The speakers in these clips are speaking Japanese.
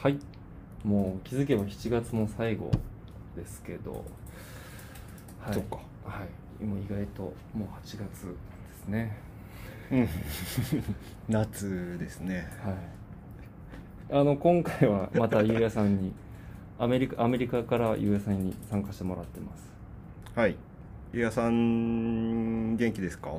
はい。もう気づけば7月も最後ですけど、はい、 そっか。 はい。もう意外ともう8月ですね。 うん。夏ですね。 はい。今回はまたゆうやさんにアメリカからゆうやさんに参加してもらってます。 はい。ゆうやさん元気ですか？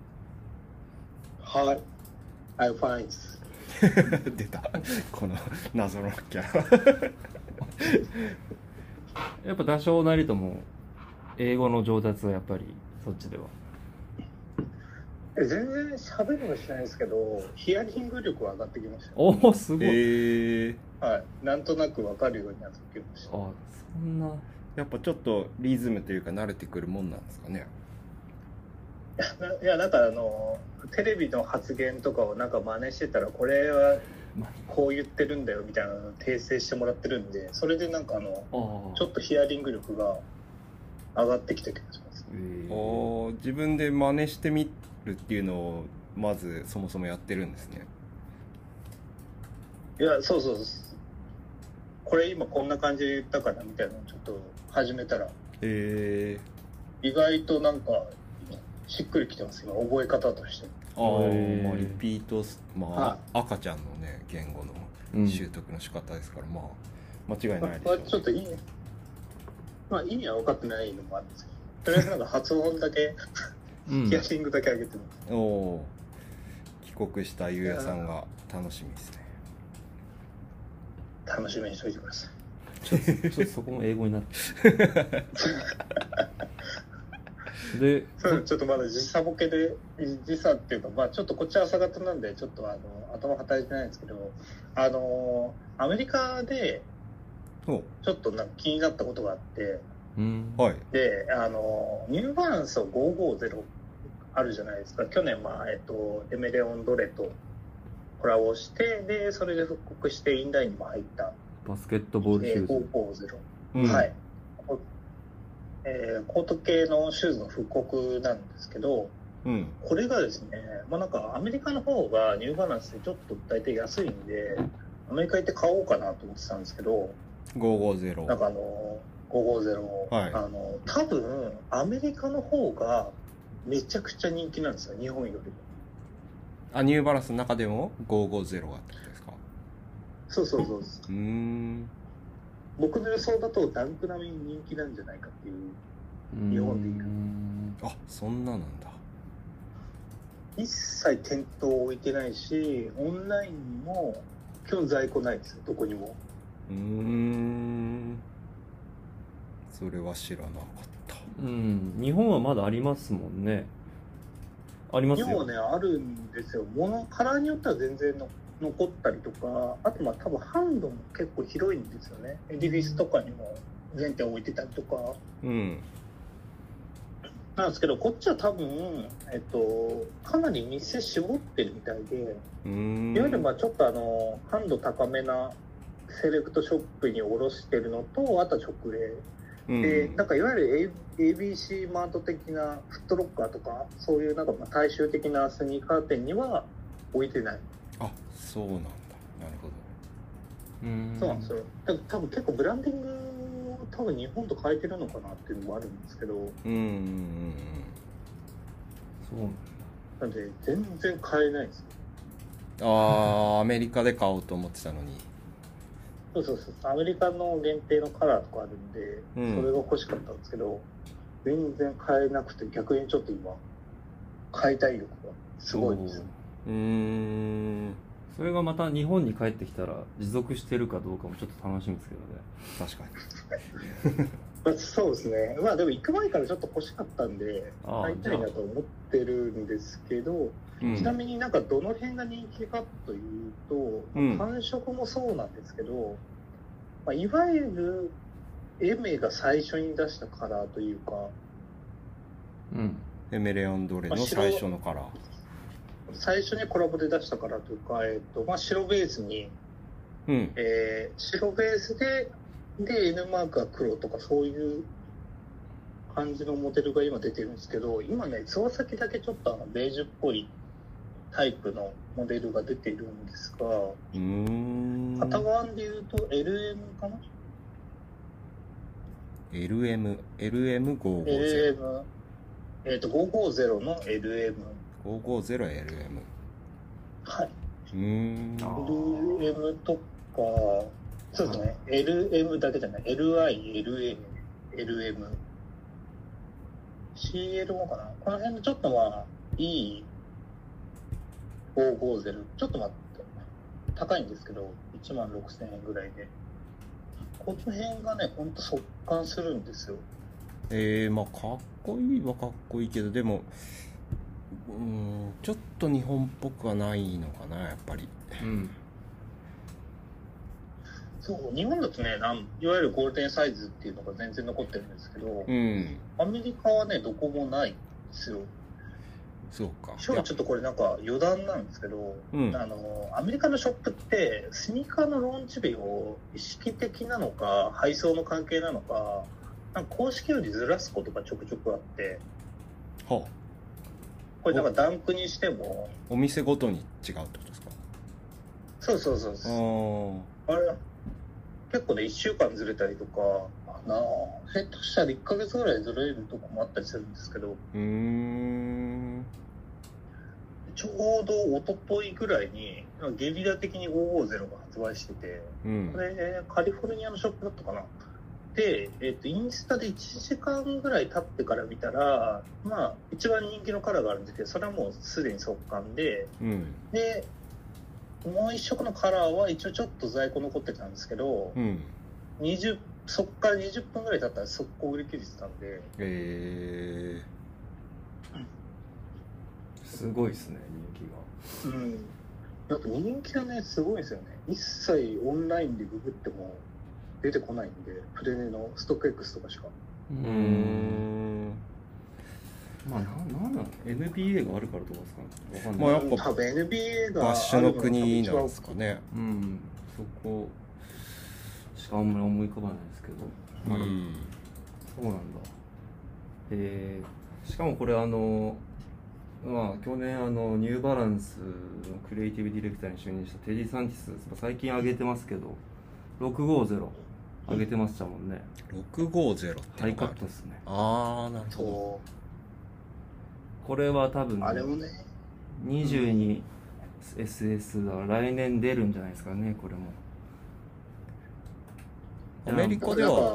はい。I'm fine. 出た。この謎のキャラ。 やっぱ多少なりとも英語の上達はやっぱりそっちでは。 全然喋るのしないですけど、ヒアリング力は上がってきました。 おお、すごい。 はい。なんとなく分かるようになってきました。 あ、そんな。 やっぱちょっとリズムというか慣れてくるもんなんですかね。 いや、なんかテレビの発言とかをなんか真似してたら、これはこう言ってるんだよみたいなのを訂正してもらってるんで、それでなんかちょっとヒアリング力が上がってきた気がします。 自分で真似してみるっていうのをまずそもそもやってるんですね。 いや、そうそうそう。これ今こんな感じで言ったからみたいなのをちょっと始めたら、意外となんかしっくりきてますよ、覚え方として。 まあリピート、赤ちゃんのね言語の習得の仕方ですから、まあ間違いないでしょう、ね。 ちょっと意味は分かってないのもあるんですけど、とりあえずなんか発音だけヒアリングだけ上げてます。 帰国したゆうやさんが楽しみですね。 楽しみにしといてください。 ちょっとそこも英語になってで、ちょっとまだ時差ボケで、時差っていうか、ちょっとこっちは朝方なんでちょっと頭働いてないんですけど、アメリカでちょっとなんか気になったことがあって、でニューバランス550あるじゃないですか。去年エメレオン・ドレとコラボして、でそれで復刻してインラインにも入ったバスケットボールシューズ、 550、はい、コート系のシューズの復刻なんですけど、これがですね、なんかアメリカの方がニューバランスでちょっと大体安いんで、アメリカ行って買おうかなと思ってたんですけど、 550 なんか550、多分アメリカの方がめちゃくちゃ人気なんですよ、日本よりも。 ニューバランスの中でも550がってことですか？ そうそうそう。僕の予想だとダンク並みに人気なんじゃないかっていう、日本でいう。 そんななんだ。 一切店頭置いてないし、オンラインにも基本在庫ないですよ、どこにも。 それは知らなかった。 日本はまだありますもんね。ありますよ。 日本はね、あるんですよ。カラーによっては全然残ったりとか、あと多分ハンドも結構広いんですよね。エディフィスとかにも全店置いてたりとか。なんですけど、こっちは多分、かなり店絞ってるみたいで、いわゆるちょっとハンド高めなセレクトショップに卸してるのと、あとは直営。で、なんかいわゆる ABC マート的なフットロッカーとか、そういうなんか大衆的なスニーカー店には置いてない。 そうなんだ。なるほど。 そうなんですよ。だから多分結構ブランディングを多分日本と変えてるのかなっていうのもあるんですけど。そうなんで全然買えないです。 アメリカで買おうと思ってたのに。 そうそうそう。アメリカの限定のカラーとかあるんで、それが欲しかったんですけど、全然買えなくて、逆にちょっと今買いたい欲がすごいです。 それがまた日本に帰ってきたら持続してるかどうかもちょっと楽しみですけどね。 確かに。そうですね。でも行く前からちょっと欲しかったんで買いたいなと思ってるんですけど、ちなみになんかどの辺が人気かというと、感触もそうなんですけど、いわゆるエメが最初に出したカラーというか、 エメレオンドレの最初のカラー。 最初にコラボで出したからというか、白ベースに、白ベースで N マークが黒とかそういう感じのモデルが今出てるんですけど、今ね、つま先だけちょっとベージュっぽいタイプのモデルが出ているんですが、型番でいうと LM かな？ LM550。 LM、550の LM。 550LM。 はい。LM とか、そうですね、LM だけじゃない、LI、LA、LM、CL もかな。この辺のちょっとまあ、いい550、ちょっと待って、高いんですけど、16,000円ぐらいで。この辺がね、ほんと速乾するんですよ。 まあ、かっこいいはかっこいいけど、でも、ちょっと日本っぽくはないのかな、やっぱり。 そう、日本だとね、いわゆるゴールデンサイズっていうのが全然残ってるんですけど、アメリカはね、どこもないんですよ。 そうか。 ちょっとこれなんか余談なんですけど、アメリカのショップってスニーカーのローンチ日を意識的なのか配送の関係なのか、なんか公式よりずらすことがちょくちょくあって、これなんかダンクにしてもお店ごとに違うってことですか？ そうあれ結構ね1週間ずれたりとか下手したら1ヶ月ぐらいずれるとこもあったりするんですけど、ちょうど一昨日ぐらいにゲリラ的に550が発売してて、これカリフォルニアのショップだったかな。で、インスタで1時間ぐらい経ってから見たら、まあ一番人気のカラーがあるんですけど、それはもうすでに速乾で、でもう一色のカラーは一応ちょっと在庫残ってたんですけど、そっから20分ぐらい経ったら速攻売り切れてたんで、 すごいですね、人気が。 やっぱ人気がね、すごいですよね。一切オンラインでググっても出てこないんで、プレネのストック X とかしか。 まあ、なんなの NBA があるからとかですかね。 まあやっぱ多分 NBA がバッシュの国なんですかね。 そこしかあんまり思い浮かばないですけど。そうなんだ。しかもこれまあ去年ニューバランスのクリエイティブディレクターに就任したテディ・サンティス、最近上げてますけど、650上げてましたもんね。 650ってハイカットですね。 なるほど。 これは多分あれもね 22SS だから来年出るんじゃないですかね、これも。 アメリカでは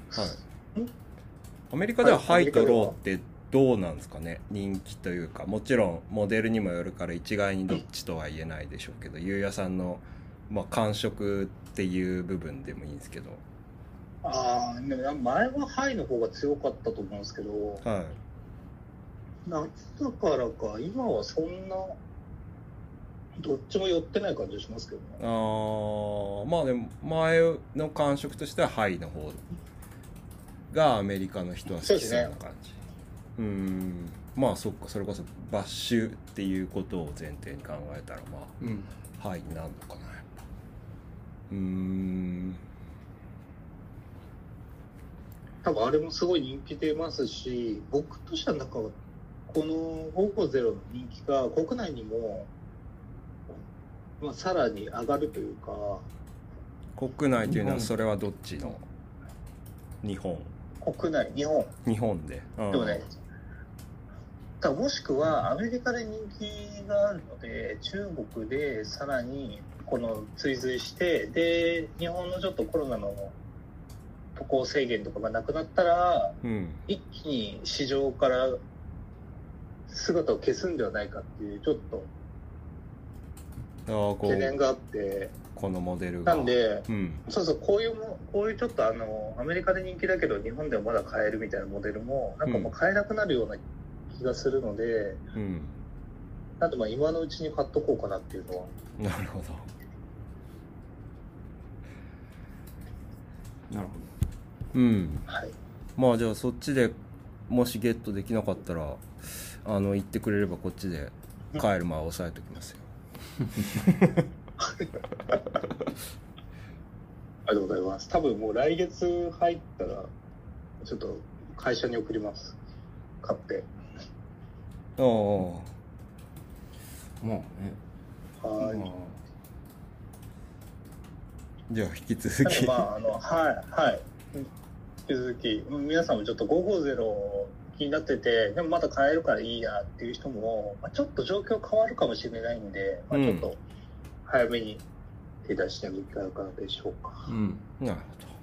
アメリカではハイとローってどうなんですかね、人気というか。もちろんモデルにもよるから一概にどっちとは言えないでしょうけど、ゆうやさんの、感触っていう部分でもいいんですけど。 前はハイの方が強かったと思うんですけど、夏だからか今はそんなどっちも寄ってない感じがしますけどね。 まあでも前の感触としてはハイの方がアメリカの人は好きそうな感じ。まあそっか、それこそバッシュっていうことを前提に考えたらハイになるのかな、やっぱ。多分あれもすごい人気出ますし、僕としてはなんかこの550の人気が国内にも、さらに上がるというか。 国内というのはそれはどっちの？日本？ 国内、日本で。 でもね、もしくはアメリカで人気があるので中国でさらにこの追随して、で日本のちょっとコロナの渡航制限とかがなくなったら、一気に市場から姿を消すんではないかっていうちょっと懸念があって、 このモデルがなんで、こういうちょっとアメリカで人気だけど日本ではまだ買えるみたいなモデルもなんかもう買えなくなるような気がするので、なんで今のうちに買っとこうかなっていうのは。 なるほど。はい。まあじゃあそっちでもしゲットできなかったら言ってくれればこっちで帰る前押さえておきますよ。 ありがとうございます。多分もう来月入ったらちょっと会社に送ります。買って。 まあね。 はい。 まあじゃあ引き続き。 まあはい。引き続き皆さんもちょっと550気になってて、でもまだ買えるからいいやっていう人も、まあ、ちょっと状況変わるかもしれないんで、まあ、ちょっと早めに手出してみてはいかがでしょうか。 なるほど。